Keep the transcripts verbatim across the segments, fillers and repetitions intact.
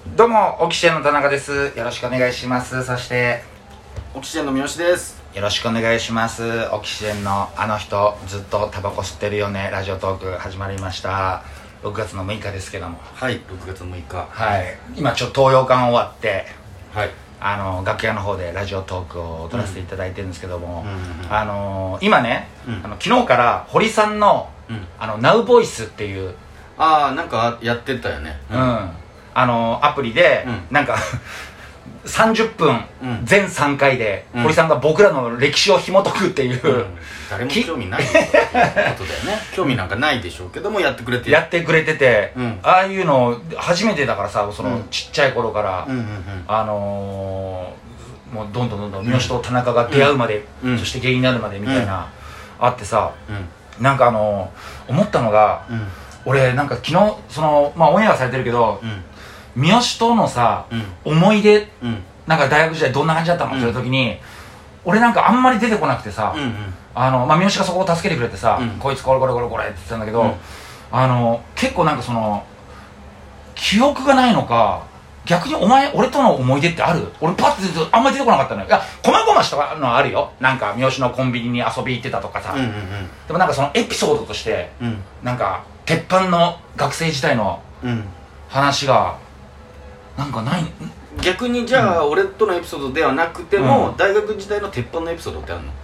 どうもオキシエンの田中です。よろしくお願いします。そしてオキシエンの三好です。 よろしくお願いします。オキシエンのあの人ずっとタバコ吸ってるよねラジオトーク始まりました。ろくがつのむいかですけども、 はい、ろくがつのむいか、 はい、今ちょっと東洋館終わって、 はい、 あの楽屋の方でラジオトークを撮らせていただいてるんですけども、 うんうん、 あのー、今ね、 うん、 あの昨日から堀さんの、うん、あのナウボイスっていうああなんかやってたよね、 うん、うん、あのー、アプリで、うん、なんかさんじゅっぷん、うん、全さんかいで、うん、堀さんが僕らの歴史を紐解くっていう、うん、 誰も興味ないことだよね興味なんかないでしょうけどもやってくれてやってくれてて、うん、ああいうの初めてだからさ、その、うん、ちっちゃい頃から、うんうんうん、あのー、もうどんどんどんどん三好と田中が出会うまで、うん、そして芸人になるまでみたいな、うん、あってさ、うん、なんかあのー、思ったのが、うん、俺なんか昨日そのまあオンエアされてるけど、うん、三好とのさ、うん、思い出、うん、なんか大学時代どんな感じだったのって言った時に、俺なんかあんまり出てこなくてさ、うんうん、あのまあ、三好がそこを助けてくれてさ、うん、こいつこれこれこれこれって言ってたんだけど、うん、あの結構なんかその記憶がないのか逆にお前俺との思い出ってある？俺パッてあんまり出てこなかったのよ。いやこまごましたのはあるよ。なんか三好のコンビニに遊び行ってたとかさ、うんうんうん、でもなんかそのエピソードとして、うん、なんか鉄板の学生時代の話がなんかない。 逆にじゃあ、うん、俺とのエピソードではなくても、うん、大学時代の鉄板のエピソードってあるの？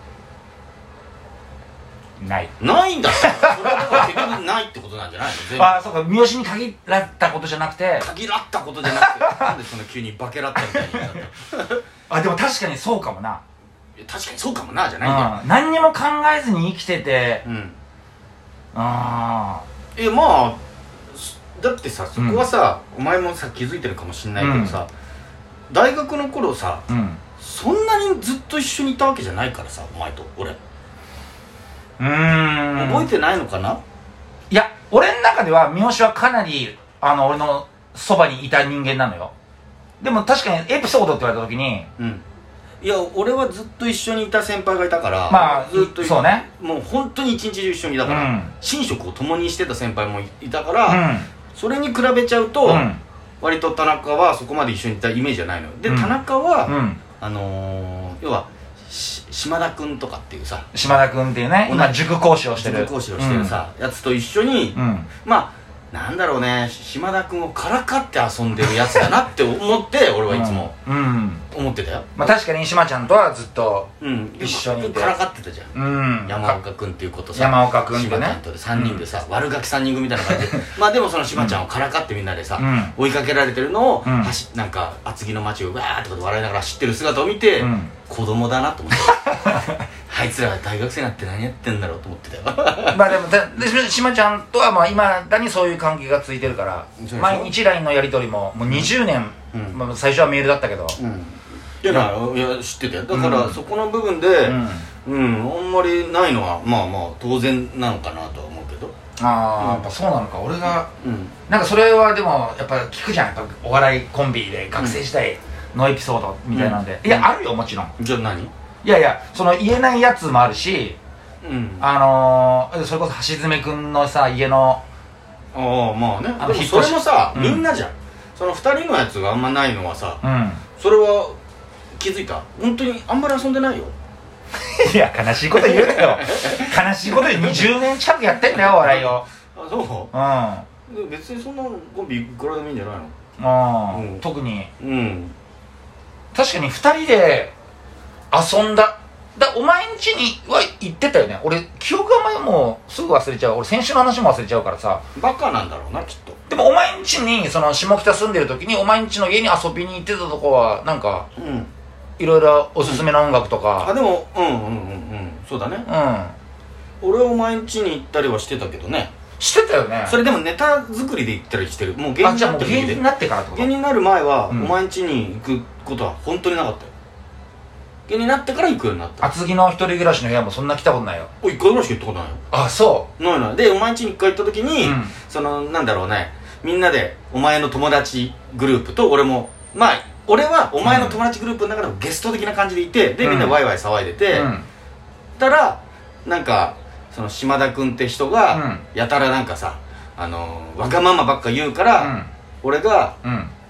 ないないんだそれはだから結局ないってことなんじゃないの？全部ああそうか、三好に限られたことじゃなくて限らったことじゃなくてなんでそんな急にバケらったみたいになったあでも確かにそうかもな。 確かにそうかもなじゃないんだよ、 うん、何にも考えずに生きてて、うん、ああえまあだってさそこはさ、うん、お前もさ気づいてるかもしんないけどさ、うん、大学の頃さ、うん、そんなにずっと一緒にいたわけじゃないからさお前と俺うーん覚えてないのかな。 いや俺の中では三好はかなりあの俺のそばにいた人間なのよ。でも確かにエピソードって言われた時に、うん、 いや俺はずっと一緒にいた先輩がいたからまあずっとそうねもう本当に一日中一緒にいたから、うん、寝食を共にしてた先輩もいたから、うん、それに比べちゃうと、うん、割と田中はそこまで一緒にいたイメージじゃないのよ。で、うん、田中は、うん、あのー、要は島田君とかっていうさ島田君っていうね今塾講師をしてる塾講師をしてるさ、うん、やつと一緒に、うん、まあなんだろうね島田君をからかって遊んでるやつだなって思って俺はいつも思ってたよ、 まあ確かに島ちゃんとはずっと一緒にいてからかってたじゃん、うん、山岡君っていうことさ山岡君とね島ちゃんとでさんにんでさ、うん、悪ガキさんにん組みたいな感じでまあでもその島ちゃんをからかってみんなでさ、うん、追いかけられてるのを、うん、走なんか厚木の街をわーってこと笑いながら走ってる姿を見て、うん、子供だなと思ってあいつらが大学生になって何やってんだろうと思ってたよまあでもで島ちゃんとはまあ今だにそういう関係がついてるから毎日 ライン のやり取りももうにじゅうねん、うんまあ、最初はメールだったけど、うん、 いや、うん、いや知ってたよ。だから、うん、そこの部分で、うんうん、あんまりないのはまあまあ当然なのかなとは思うけどああ、うん、やっぱそうなのか。俺が、うん、なんかそれはでもやっぱ聞くじゃん。やっぱお笑いコンビで学生時代のエピソードみたいなんで、うん、いやあるよもちろん。 じゃあ何？ いやいやその言えないやつもあるし、うん、あのー、それこそ橋爪くんのさ家のああまあねあのでもそれもさ、うん、みんなじゃん。そのふたりのやつがあんまないのはさ、うん、それは気づいた？本当にあんまり遊んでないよいや悲しいこと言うなよ悲しいことでにじゅうねん近くやってんだよ笑いを。 あそううん別にそんなコンビいくらでもいいんじゃないの？ああ、うん、特にうん確かにふたりで遊んだだお前ん家には行ってたよね。俺記憶が前もうすぐ忘れちゃう。俺先週の話も忘れちゃうからさ。 バカなんだろうなきっと。 でもお前ん家にその下北住んでる時にお前ん家の家に遊びに行ってたとこはなんか、うん、いろいろおすすめの音楽とか、 うん、あでもうんうんうんうんそうだねうん俺はお前ん家に行ったりはしてたけどね。 してたよね。 それでもネタ作りで行ったりしてる。もう芸人になってる時で。 芸人になってからってこと？ 芸人になる前は、うん、お前ん家に行くことは本当になかったよ。芸人になってから行くようになった。 厚木の一人暮らしの部屋もそんな来たことないよ。 お一回ぐらいしか行ったことないよ。 あそうないない。でお前ん家に一回行った時に、うん、そのなんだろうねみんなでお前の友達グループと俺もまあ俺はお前の友達グループの中でもゲスト的な感じでいて、うん、でみんなワイワイ騒いでて、うん、たらなんかその島田君って人が、うん、やたらなんかさあのー、わがままばっか言うから、うん、俺が、うん、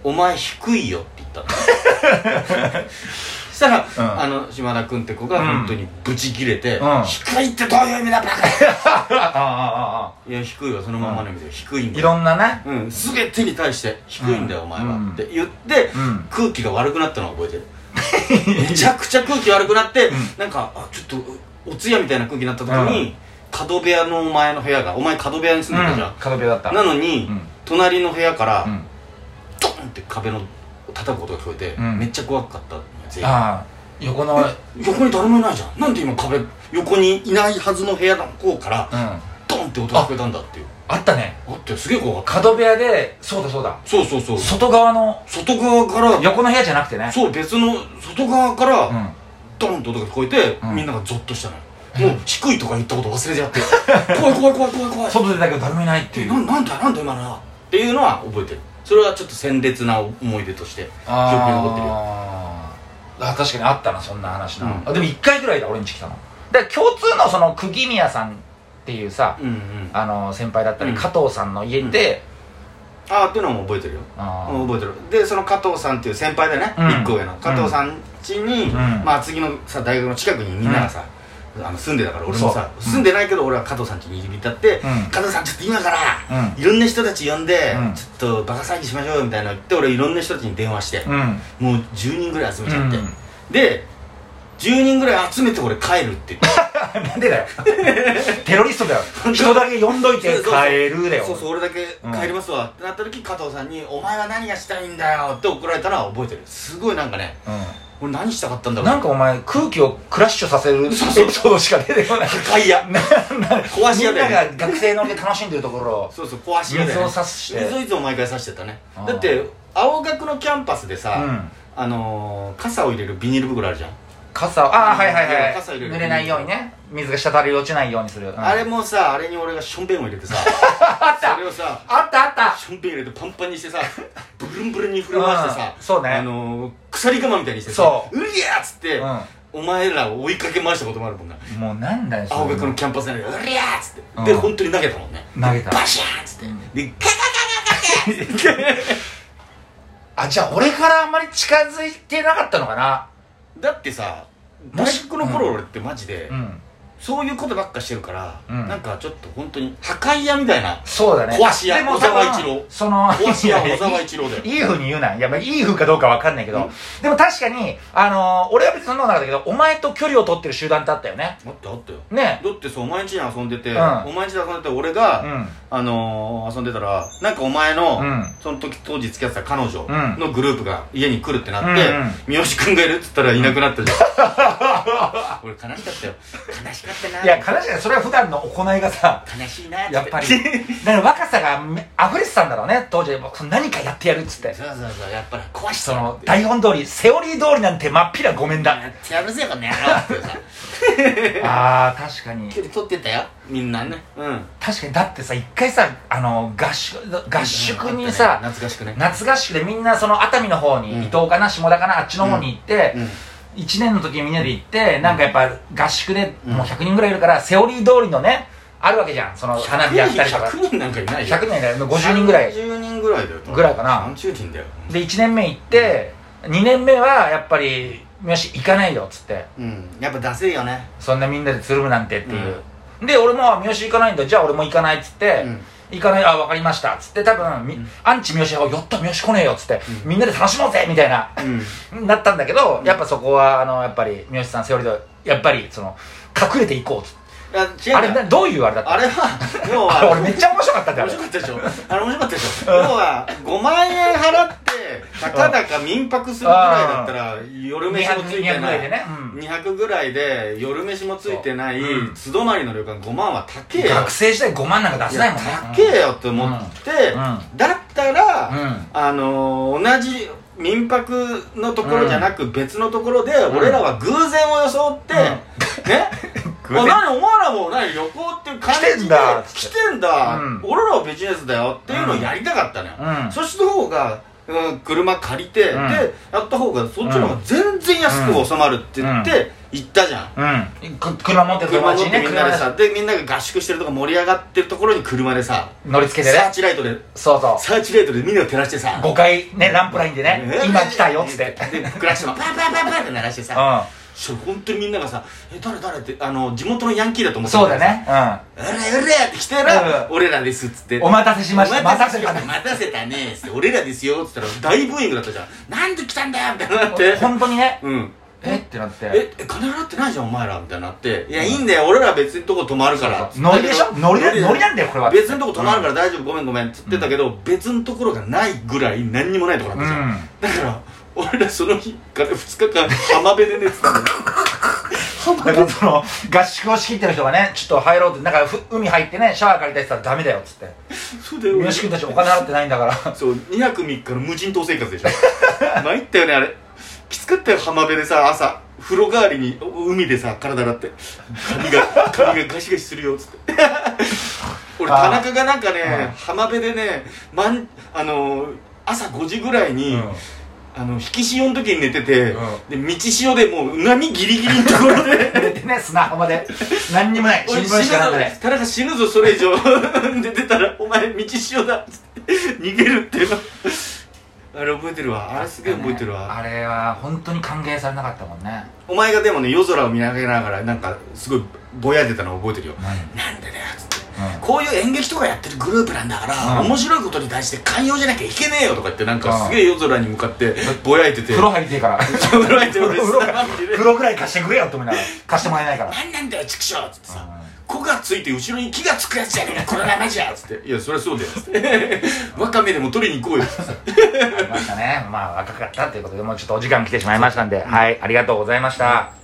お前低いよって言ったのそしたら、うん、あの島田君って子が本当にブチ切れて、うん、低いってどういう意味だバカいや低いわそのままの意味で、うん、低いんだよいろんなね、 うん、全てに対して低いんだよ、うん、お前は、うん、って言って、うん、空気が悪くなったのを覚えてるめちゃくちゃ空気悪くなって、うん、なんかあちょっとお通夜みたいな空気になった時に、うん、角部屋のお前の部屋がお前角部屋に住んでたじゃん、うん、 角部屋だったなのに、うん、隣の部屋から、うん、ドンって壁の叩く音が聞こえて、うん、めっちゃ怖かった全員あ横の横に誰もいないじゃんなんで今壁横にいないはずの部屋の方から、うん、ドンって音が聞こえたんだっていうあったねあったよすげえ怖かった角部屋でそうだそうだそうそうそう外側の外側から横の部屋じゃなくてねそう別の外側から、うん、ドンって音が聞こえて、うん、みんながゾッとしたのよもう低いとか言ったこと忘れちゃって怖い怖い怖い怖い怖い外出たけど誰もいないっていうな, なんだなんだ今のはっていうのは覚えてるそれはちょっと鮮烈な思い出として記憶に残ってるよあ確かにあったなそんな話な、うん、あでもいっかいぐらいだ俺んち来たので共通のその釘宮さんっていうさ、うんうん、あの先輩だったり、うん、加藤さんの家で、 うん、ああっていうのも覚えてるよ覚えてるでその加藤さんっていう先輩だね、うん、いっこ上の加藤さん家に、うん、まあ次のさ大学の近くにみんながさ、うん、あの住んでたから俺もさ住んでないけど俺は加藤さん家に入り浸って、うん、加藤さんちょっと今から、うん、いろんな人たち呼んで、うん、ちょっとバカ騒ぎしましょうよみたいなの言って俺いろんな人たちに電話して、うん、もうじゅうにんぐらい集めちゃって、うん、でじゅうにんぐらい集めて俺帰るって言ってなんでだよテロリストだよ人だけ呼んどいて帰るだよそうそう俺だけ帰りますわ、うん、ってなった時加藤さんに「お前は何がしたいんだよ」って怒られたのは覚えてるすごいなんかね、うん、俺何したかったんだろうなんかお前空気をクラッシュさせるエピソードしか出てこない破壊屋壊し屋だよ、ね、 みんなが学生の時楽しんでるところをそうそう壊し屋だよ、ね、 水を差して水をいつも毎回差してたねだって青学のキャンパスでさ、うん、あのー、傘を入れるビニール袋あるじゃん傘をああはいはいはい傘入れる濡れないようにね水が滴り落ちないようにする、うん、 あれもさあれに俺がションベンを入れてさあったそれをさあったあったションベン入れてパンパンにしてさブルンブルンに振り回してさ、 うん、そうねあのー、鎖釜みたいにしてさうりゃーっつって、うん、お前らを追いかけ回したこともあるもんなもうなんだよ青学のキャンパスでうりゃーっつって、うん、で本当に投げたもんね投げたバシャーンっつって、うん、でカカカカカあじゃあ俺からあんまり近づいてなかったのかなだってさ大学の頃俺ってマジで、うん、そういうことばっかしてるから、うん、なんかちょっと本当に破壊屋みたいなそうだね壊し屋小沢一郎その壊し屋小沢一郎だよいい風に言うないや、まあ、いい風かどうかわかんないけど、うん、でも確かにあのー、俺は別にそんなことなかったけどお前と距離を取ってる集団ってあったよねあったあったよねだってさお前ん家に遊んでて、うん、お前ん家で遊んでて俺が、うん、あのー、遊んでたらなんかお前の、うん、その時当時付き合ってた彼女のグループが家に来るってなって、うんうん、三好君がいるっつったらいなくなったじゃん、うん、俺悲しかったよ悲しかったないや悲しかったそれは普段の行いがさ悲しいなってやっぱりだから若さが溢れてたんだろうね当時何かやってやるっつってそうそうそうやっぱり壊してその台本通りセオリー通りなんてまっぴらごめんだやってやるぜこの野郎ってさあー確かに距離取ってたよみんなねうん確かにだってさ一回さあの合宿合宿にさ、 うん、夏合宿ね夏合宿でみんなその熱海の方に、うん、伊東かな下田かなあっちの方に行って、うんうんいちねんの時にみんなで行って、うん、なんかやっぱ合宿でもうひゃくにんぐらいいるから、うん、セオリー通りのねあるわけじゃんその花火やったりとかひゃくにんなんかいないよひゃくにんいないごじゅうにんぐらいさんじゅうにんぐらいだよぐらいかなさんじゅうにんだよでいちねんめ行って、うん、にねんめはやっぱりよし行かないよっつって、 うん、やっぱダセいよねそんなみんなでつるむなんてっていう、うん、で俺も三好行かないんだじゃあ俺も行かないっつって、うん行かないあ分かりましたっつって多分、うん、アンチ三好が「やった三好来ねえよ」っつって、うん、みんなで楽しもうぜみたいな、うん、なったんだけど、うん、やっぱそこはあのやっぱり三好さんセオリーでやっぱりその隠れていこうっつってあれどういうあれだったあれは要は俺めっちゃ面白かったんだよ面白かったでしょあれ面白かったでしょ要はごまんえん払ってたかだか民泊するぐらいだったら夜飯もついてないにひゃくぐらいで夜飯もついてない素泊まりの旅館ごまんは高えよ学生時代ごまんなんか出せないもんね高えよって思ってだったらあの同じ民泊のところじゃなく別のところで俺らは偶然を装ってねあ何お前らも何旅行っていう感じで来てんだ来てんだ、うん、俺らはビジネスだよっていうのをやりたかったのよ、うん、そした方が、うん、車借りて、うん、でやった方がそっちの方が全然安く収まるって言って、 行ったじゃん。 うんく車持ってる友達にね、 みんなでさ、でみんなが合宿してるとか盛り上がってるところに車でさ乗り付けてね、 サーチライトで、 そうそうサーチライトでみんなを照らしてさ、 ごかいねランプラインでね、今来たよっつってでクラッシュもパンパンパンパンって鳴らしてさ、それ本当にみんながさ「え誰誰?」ってあの地元のヤンキーだと思ってそうだね、うん 「うれうれ!」って来たら「俺らです」っつって「 お待たせしました、 待たせたね待たせたね」っつって「俺らですよ」っつったら大ブーイングだったじゃん。なんで来たんだよみたいになって、 本当にね、 うんえってなって、 ええ金払ってないじゃんお前らみたいになって、いやいいんだよ俺ら別のとこ泊まるからノリでしょ、ノリノリなんだよこれは、 別のとこ泊まるから大丈夫ごめんごめんっつってたけど、別のところがないぐらい何にもないところだったじゃん。だから俺らその日からふつかかん浜辺で寝てたんだよ。 だからその合宿を仕切ってる人がね、ちょっと入ろうって、なんか海入ってねシャワー借りたりしたらダメだよっつって、 そうだよ三好君たちお金払ってないんだからそうにはくみっかの無人島生活でしょ。参ったよねあれ、きつかったよ浜辺でさ、朝風呂代わりに海でさ体洗って髪が髪がガシガシするよっつって俺田中がなんかね浜辺でね、まんあのー、朝ごじぐらいに、うん、あの引き潮の時に寝てて、うん、で道潮でもう波ギリギリのところで寝てね、砂浜で何にもない新聞しかない。 田中死ぬぞそれ以上寝てたらお前道潮だっつって逃げるっていうのあれ覚えてるわ、あれすげえ覚えてるわ、 ね、あれは本当に歓迎されなかったもんね。 お前がでもね夜空を見上げながらなんかすごいぼやいてたの覚えてるよ。なんでだよっつって、うん、こういう演劇とかやってるグループなんだから、うん、面白いことに対して寛容じゃなきゃいけねえよとか言って、なんかすげえ夜空に向かってぼやいてて、 風呂入りてえから風呂入ってる風呂ぐらい貸してくれよって思いながら貸してもらえないから、 なんなんだよ畜生っつってさ、子がついて後ろに木がつくやつじゃねえかこのままじゃっつって、いやそりゃそうだよっつってわかめでも取りに行こうよっつってありましたね。まあ若かったっていうことでもうちょっとお時間来てしまいましたんで、はい、ありがとうございました。